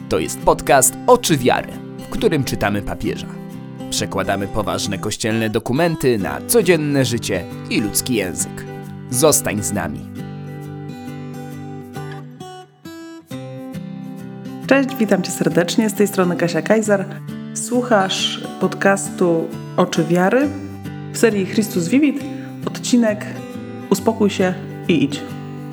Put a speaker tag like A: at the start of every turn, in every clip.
A: To jest podcast Oczy Wiary, w którym czytamy papieża. Przekładamy poważne kościelne dokumenty na codzienne życie i ludzki język. Zostań z nami.
B: Cześć, witam Cię serdecznie. Z tej strony Kasia Kajzar. Słuchasz podcastu Oczy Wiary w serii Chrystus Vivit, odcinek Uspokój się i idź.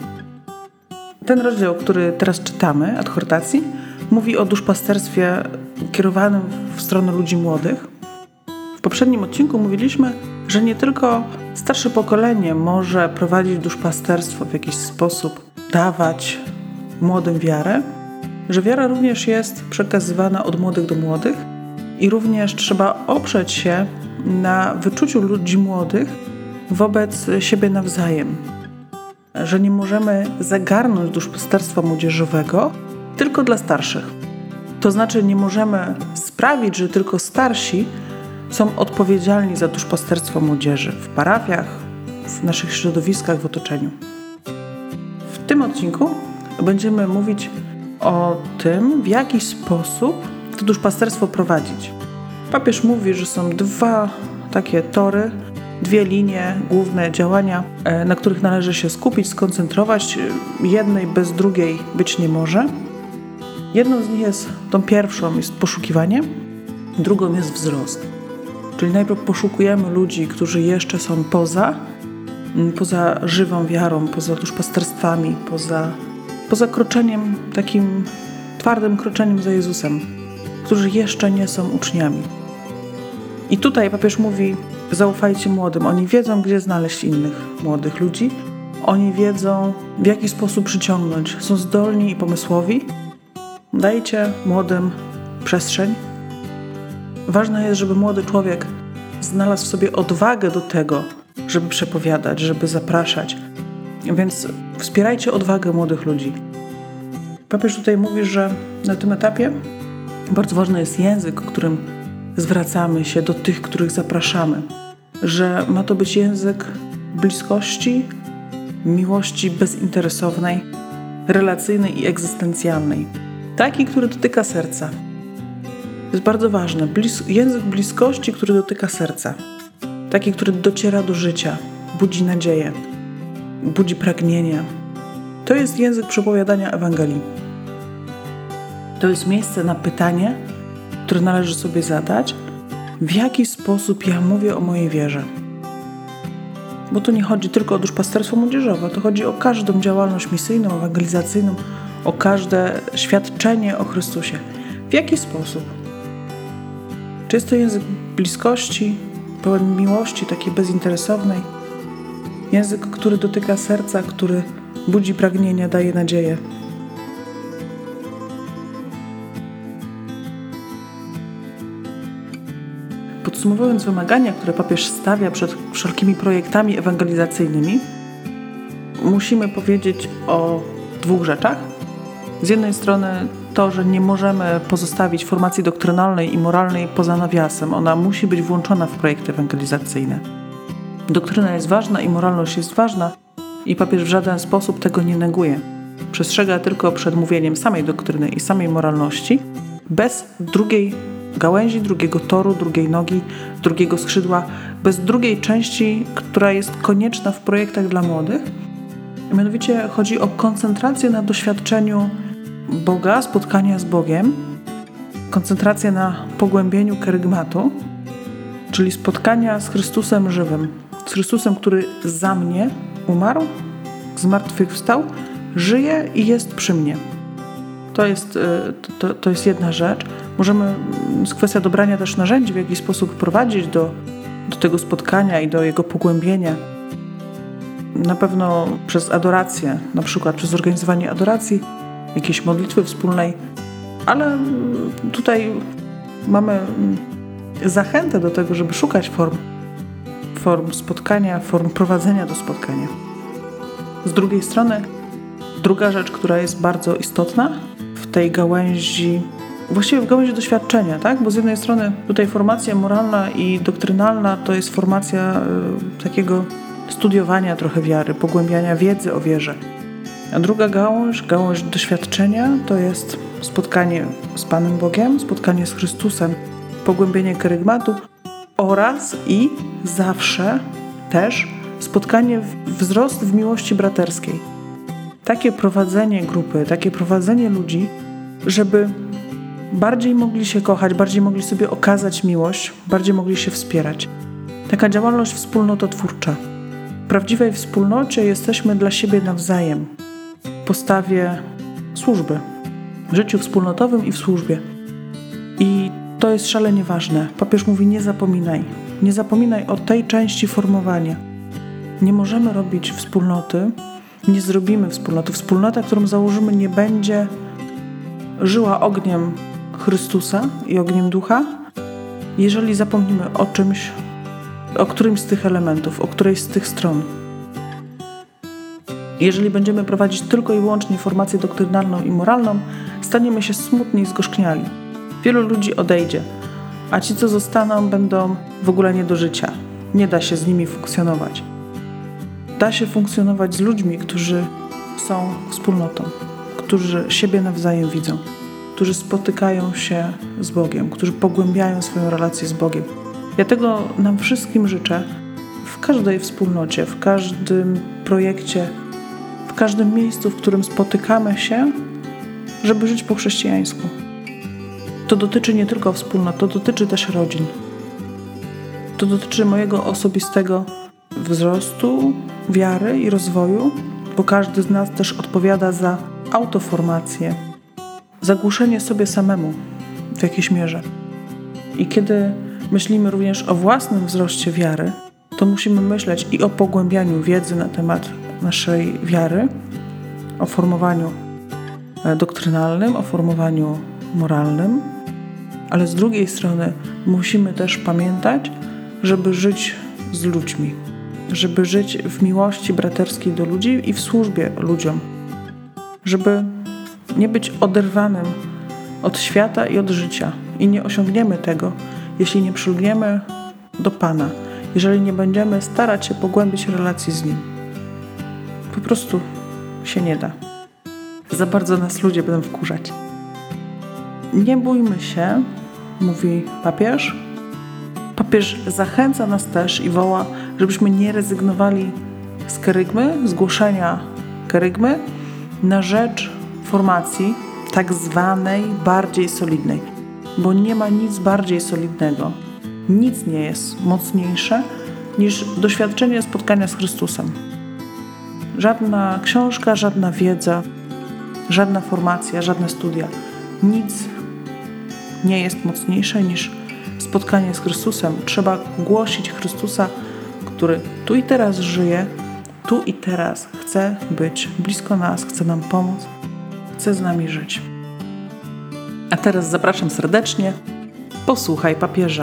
B: Ten rozdział, który teraz czytamy, adhortacji, mówi o duszpasterstwie kierowanym w stronę ludzi młodych. W poprzednim odcinku mówiliśmy, że nie tylko starsze pokolenie może prowadzić duszpasterstwo w jakiś sposób, dawać młodym wiarę, że wiara również jest przekazywana od młodych do młodych i również trzeba oprzeć się na wyczuciu ludzi młodych wobec siebie nawzajem. Że nie możemy zagarnąć duszpasterstwa młodzieżowego tylko dla starszych. To znaczy nie możemy sprawić, że tylko starsi są odpowiedzialni za duszpasterstwo młodzieży w parafiach, w naszych środowiskach, w otoczeniu. W tym odcinku będziemy mówić o tym, w jaki sposób to duszpasterstwo prowadzić. Papież mówi, że są dwa takie tory, dwie linie główne działania, na których należy się skupić, skoncentrować. Jednej bez drugiej być nie może. Jedną z nich tą pierwszą jest poszukiwanie, drugą jest wzrost. Czyli najpierw poszukujemy ludzi, którzy jeszcze są poza żywą wiarą, poza duszpasterstwami, poza kroczeniem, takim twardym kroczeniem za Jezusem, którzy jeszcze nie są uczniami. I tutaj papież mówi, zaufajcie młodym. Oni wiedzą, gdzie znaleźć innych młodych ludzi. Oni wiedzą, w jaki sposób przyciągnąć. Są zdolni i pomysłowi. Dajcie młodym przestrzeń. Ważne jest, żeby młody człowiek znalazł w sobie odwagę do tego, żeby przepowiadać, żeby zapraszać. Więc wspierajcie odwagę młodych ludzi. Papież tutaj mówi, że na tym etapie bardzo ważny jest język, którym zwracamy się do tych, których zapraszamy. Że ma to być język bliskości, miłości bezinteresownej, relacyjnej i egzystencjalnej. Taki, który dotyka serca. To jest bardzo ważne. Język bliskości, który dotyka serca. Taki, który dociera do życia, budzi nadzieję, budzi pragnienia. To jest język przepowiadania Ewangelii. To jest miejsce na pytanie, które należy sobie zadać, w jaki sposób ja mówię o mojej wierze. Bo tu nie chodzi tylko o duszpasterstwo młodzieżowe, to chodzi o każdą działalność misyjną, ewangelizacyjną, o każde świadczenie o Chrystusie. W jaki sposób? Czy jest to język bliskości, pełen miłości, takiej bezinteresownej? Język, który dotyka serca, który budzi pragnienia, daje nadzieję. Podsumowując wymagania, które papież stawia przed wszelkimi projektami ewangelizacyjnymi, musimy powiedzieć o dwóch rzeczach. Z jednej strony to, że nie możemy pozostawić formacji doktrynalnej i moralnej poza nawiasem. Ona musi być włączona w projekty ewangelizacyjne. Doktryna jest ważna i moralność jest ważna i papież w żaden sposób tego nie neguje. Przestrzega tylko przed mówieniem samej doktryny i samej moralności bez drugiej gałęzi, drugiego toru, drugiej nogi, drugiego skrzydła, bez drugiej części, która jest konieczna w projektach dla młodych. Mianowicie chodzi o koncentrację na doświadczeniu Boga, spotkania z Bogiem, koncentrację na pogłębieniu kerygmatu, czyli spotkania z Chrystusem żywym, z Chrystusem, który za mnie umarł, zmartwychwstał, żyje i jest przy mnie. To jest jedna rzecz. Jest kwestia dobrania też narzędzi, w jaki sposób prowadzić do tego spotkania i do jego pogłębienia. Na pewno przez adorację, na przykład przez organizowanie adoracji, jakiejś modlitwy wspólnej, ale tutaj mamy zachętę do tego, żeby szukać form spotkania, form prowadzenia do spotkania. Z drugiej strony, druga rzecz, która jest bardzo istotna w tej gałęzi, właściwie w gałęzi doświadczenia, tak? Bo z jednej strony tutaj formacja moralna i doktrynalna to jest formacja takiego studiowania trochę wiary, pogłębiania wiedzy o wierze. A druga gałąź doświadczenia, to jest spotkanie z Panem Bogiem, spotkanie z Chrystusem, pogłębienie kerygmatu oraz i zawsze też spotkanie, wzrost w miłości braterskiej. Takie prowadzenie grupy, takie prowadzenie ludzi, żeby bardziej mogli się kochać, bardziej mogli sobie okazać miłość, bardziej mogli się wspierać. Taka działalność wspólnototwórcza. W prawdziwej wspólnocie jesteśmy dla siebie nawzajem. W postawie służby, w życiu wspólnotowym i w służbie. I to jest szalenie ważne. Papież mówi: nie zapominaj. Nie zapominaj o tej części formowania. Nie możemy robić wspólnoty, nie zrobimy wspólnoty. Wspólnota, którą założymy, nie będzie żyła ogniem Chrystusa i ogniem Ducha, jeżeli zapomnimy o czymś, o którymś z tych elementów, o którejś z tych stron. Jeżeli będziemy prowadzić tylko i wyłącznie formację doktrynalną i moralną, staniemy się smutni i zgorzkniali. Wielu ludzi odejdzie, a ci, co zostaną, będą w ogóle nie do życia. Nie da się z nimi funkcjonować. Da się funkcjonować z ludźmi, którzy są wspólnotą, którzy siebie nawzajem widzą, którzy spotykają się z Bogiem, którzy pogłębiają swoją relację z Bogiem. Ja tego nam wszystkim życzę w każdej wspólnocie, w każdym projekcie, w każdym miejscu, w którym spotykamy się, żeby żyć po chrześcijańsku. To dotyczy nie tylko wspólnot, to dotyczy też rodzin. To dotyczy mojego osobistego wzrostu, wiary i rozwoju, bo każdy z nas też odpowiada za autoformację, za głuszenie sobie samemu w jakiejś mierze. I kiedy myślimy również o własnym wzroście wiary, to musimy myśleć i o pogłębianiu wiedzy na temat naszej wiary, o formowaniu doktrynalnym, o formowaniu moralnym, ale z drugiej strony musimy też pamiętać, żeby żyć z ludźmi, żeby żyć w miłości braterskiej do ludzi i w służbie ludziom, żeby nie być oderwanym od świata i od życia. I nie osiągniemy tego, jeśli nie przylgniemy do Pana, jeżeli nie będziemy starać się pogłębić relacji z Nim. Po prostu się nie da. Za bardzo nas ludzie będą wkurzać. Nie bójmy się, mówi papież. Papież zachęca nas też i woła, żebyśmy nie rezygnowali z kerygmy, z głoszenia kerygmy na rzecz formacji tak zwanej bardziej solidnej. Bo nie ma nic bardziej solidnego, nic nie jest mocniejsze niż doświadczenie spotkania z Chrystusem. Żadna książka, żadna wiedza, żadna formacja, żadne studia, nic nie jest mocniejsze niż spotkanie z Chrystusem. Trzeba głosić Chrystusa, który tu i teraz żyje, tu i teraz chce być blisko nas, chce nam pomóc, chce z nami żyć. A teraz zapraszam serdecznie, posłuchaj papieża.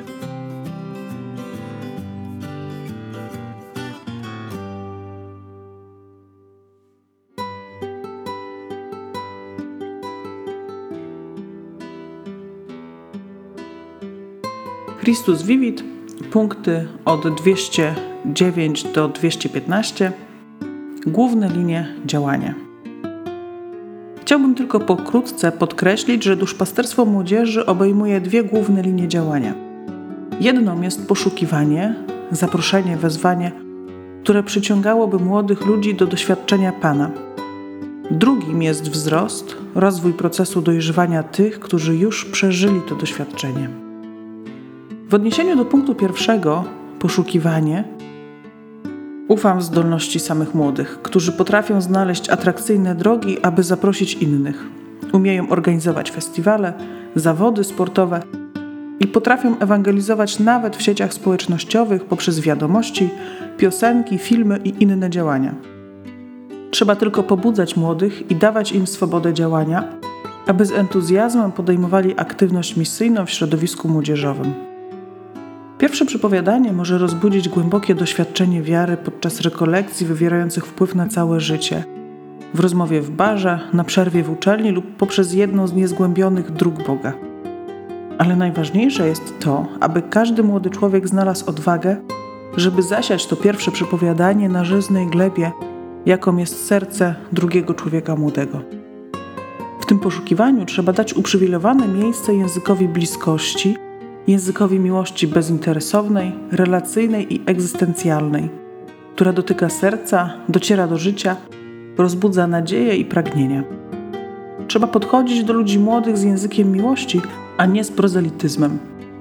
B: Christus Vivit, punkty od 209 do 215, główne linie działania. Chciałbym tylko pokrótce podkreślić, że duszpasterstwo młodzieży obejmuje dwie główne linie działania. Jedną jest poszukiwanie, zaproszenie, wezwanie, które przyciągałoby młodych ludzi do doświadczenia Pana. Drugim jest wzrost, rozwój procesu dojrzewania tych, którzy już przeżyli to doświadczenie. W odniesieniu do punktu pierwszego, poszukiwanie, ufam w zdolności samych młodych, którzy potrafią znaleźć atrakcyjne drogi, aby zaprosić innych. Umieją organizować festiwale, zawody sportowe i potrafią ewangelizować nawet w sieciach społecznościowych poprzez wiadomości, piosenki, filmy i inne działania. Trzeba tylko pobudzać młodych i dawać im swobodę działania, aby z entuzjazmem podejmowali aktywność misyjną w środowisku młodzieżowym. Pierwsze przypowiadanie może rozbudzić głębokie doświadczenie wiary podczas rekolekcji wywierających wpływ na całe życie, w rozmowie w barze, na przerwie w uczelni lub poprzez jedną z niezgłębionych dróg Boga. Ale najważniejsze jest to, aby każdy młody człowiek znalazł odwagę, żeby zasiać to pierwsze przypowiadanie na żyznej glebie jaką jest serce drugiego człowieka młodego. W tym poszukiwaniu trzeba dać uprzywilejowane miejsce językowi bliskości, językowi miłości bezinteresownej, relacyjnej i egzystencjalnej, która dotyka serca, dociera do życia, rozbudza nadzieję i pragnienia. Trzeba podchodzić do ludzi młodych z językiem miłości, a nie z prozelityzmem.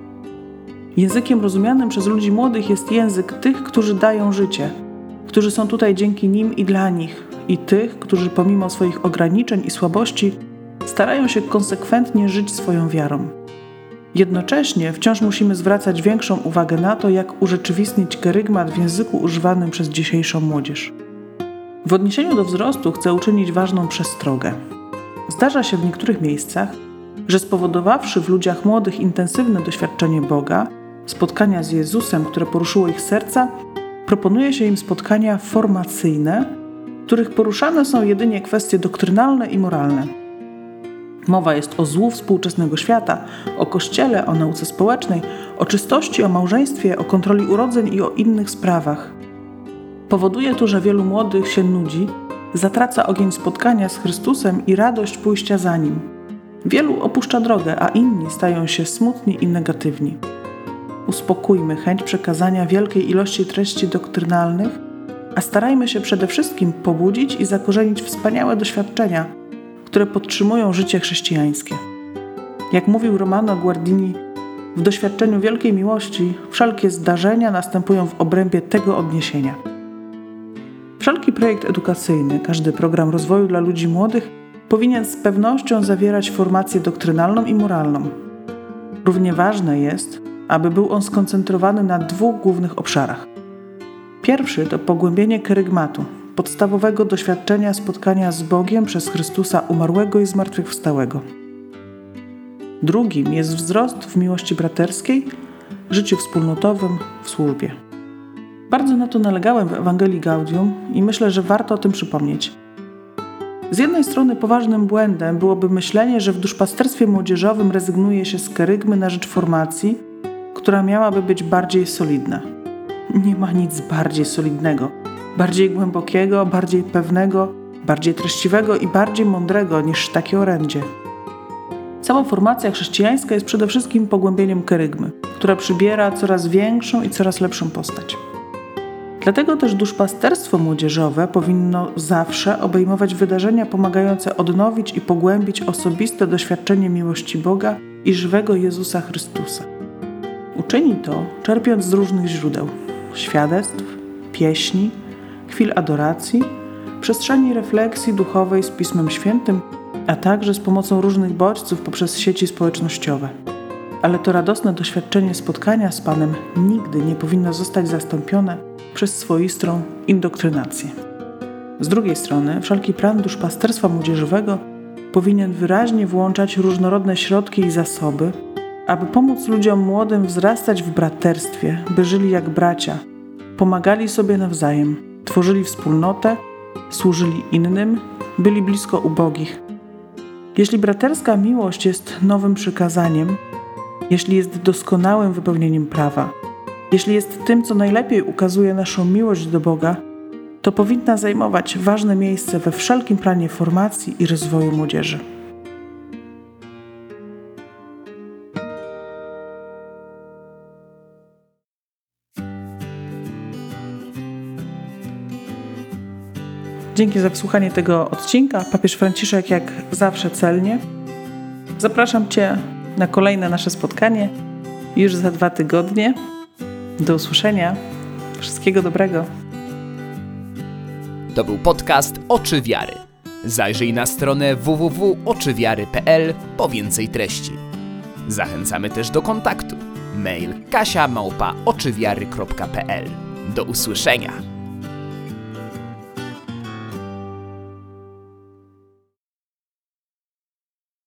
B: Językiem rozumianym przez ludzi młodych jest język tych, którzy dają życie, którzy są tutaj dzięki nim i dla nich, i tych, którzy pomimo swoich ograniczeń i słabości starają się konsekwentnie żyć swoją wiarą. Jednocześnie wciąż musimy zwracać większą uwagę na to, jak urzeczywistnić kerygmat w języku używanym przez dzisiejszą młodzież. W odniesieniu do wzrostu chcę uczynić ważną przestrogę. Zdarza się w niektórych miejscach, że spowodowawszy w ludziach młodych intensywne doświadczenie Boga, spotkania z Jezusem, które poruszyło ich serca, proponuje się im spotkania formacyjne, w których poruszane są jedynie kwestie doktrynalne i moralne. Mowa jest o złu współczesnego świata, o Kościele, o nauce społecznej, o czystości, o małżeństwie, o kontroli urodzeń i o innych sprawach. Powoduje to, że wielu młodych się nudzi, zatraca ogień spotkania z Chrystusem i radość pójścia za Nim. Wielu opuszcza drogę, a inni stają się smutni i negatywni. Uspokójmy chęć przekazania wielkiej ilości treści doktrynalnych, a starajmy się przede wszystkim pobudzić i zakorzenić wspaniałe doświadczenia, które podtrzymują życie chrześcijańskie. Jak mówił Romano Guardini, w doświadczeniu wielkiej miłości wszelkie zdarzenia następują w obrębie tego odniesienia. Wszelki projekt edukacyjny, każdy program rozwoju dla ludzi młodych powinien z pewnością zawierać formację doktrynalną i moralną. Równie ważne jest, aby był on skoncentrowany na dwóch głównych obszarach. Pierwszy to pogłębienie kerygmatu, podstawowego doświadczenia spotkania z Bogiem przez Chrystusa umarłego i zmartwychwstałego. Drugim jest wzrost w miłości braterskiej, życiu wspólnotowym, w służbie. Bardzo na to nalegałem w Ewangelii Gaudium i myślę, że warto o tym przypomnieć. Z jednej strony poważnym błędem byłoby myślenie, że w duszpasterstwie młodzieżowym rezygnuje się z kerygmy na rzecz formacji, która miałaby być bardziej solidna. Nie ma nic bardziej solidnego, bardziej głębokiego, bardziej pewnego, bardziej treściwego i bardziej mądrego niż takie orędzie. Cała formacja chrześcijańska jest przede wszystkim pogłębieniem kerygmy, która przybiera coraz większą i coraz lepszą postać. Dlatego też duszpasterstwo młodzieżowe powinno zawsze obejmować wydarzenia pomagające odnowić i pogłębić osobiste doświadczenie miłości Boga i żywego Jezusa Chrystusa. Uczyni to, czerpiąc z różnych źródeł, świadectw, pieśni, chwil adoracji, przestrzeni refleksji duchowej z Pismem Świętym, a także z pomocą różnych bodźców poprzez sieci społecznościowe. Ale to radosne doświadczenie spotkania z Panem nigdy nie powinno zostać zastąpione przez swoistą indoktrynację. Z drugiej strony, wszelki plan duszpasterstwa młodzieżowego powinien wyraźnie włączać różnorodne środki i zasoby, aby pomóc ludziom młodym wzrastać w braterstwie, by żyli jak bracia, pomagali sobie nawzajem, tworzyli wspólnotę, służyli innym, byli blisko ubogich. Jeśli braterska miłość jest nowym przykazaniem, jeśli jest doskonałym wypełnieniem prawa, jeśli jest tym, co najlepiej ukazuje naszą miłość do Boga, to powinna zajmować ważne miejsce we wszelkim planie formacji i rozwoju młodzieży. Dzięki za wysłuchanie tego odcinka. Papież Franciszek jak zawsze celnie. Zapraszam Cię na kolejne nasze spotkanie już za 2 tygodnie. Do usłyszenia. Wszystkiego dobrego.
A: To był podcast Oczy Wiary. Zajrzyj na stronę www.oczywiary.pl po więcej treści. Zachęcamy też do kontaktu. Mail kasia@oczywiary.pl. Do usłyszenia.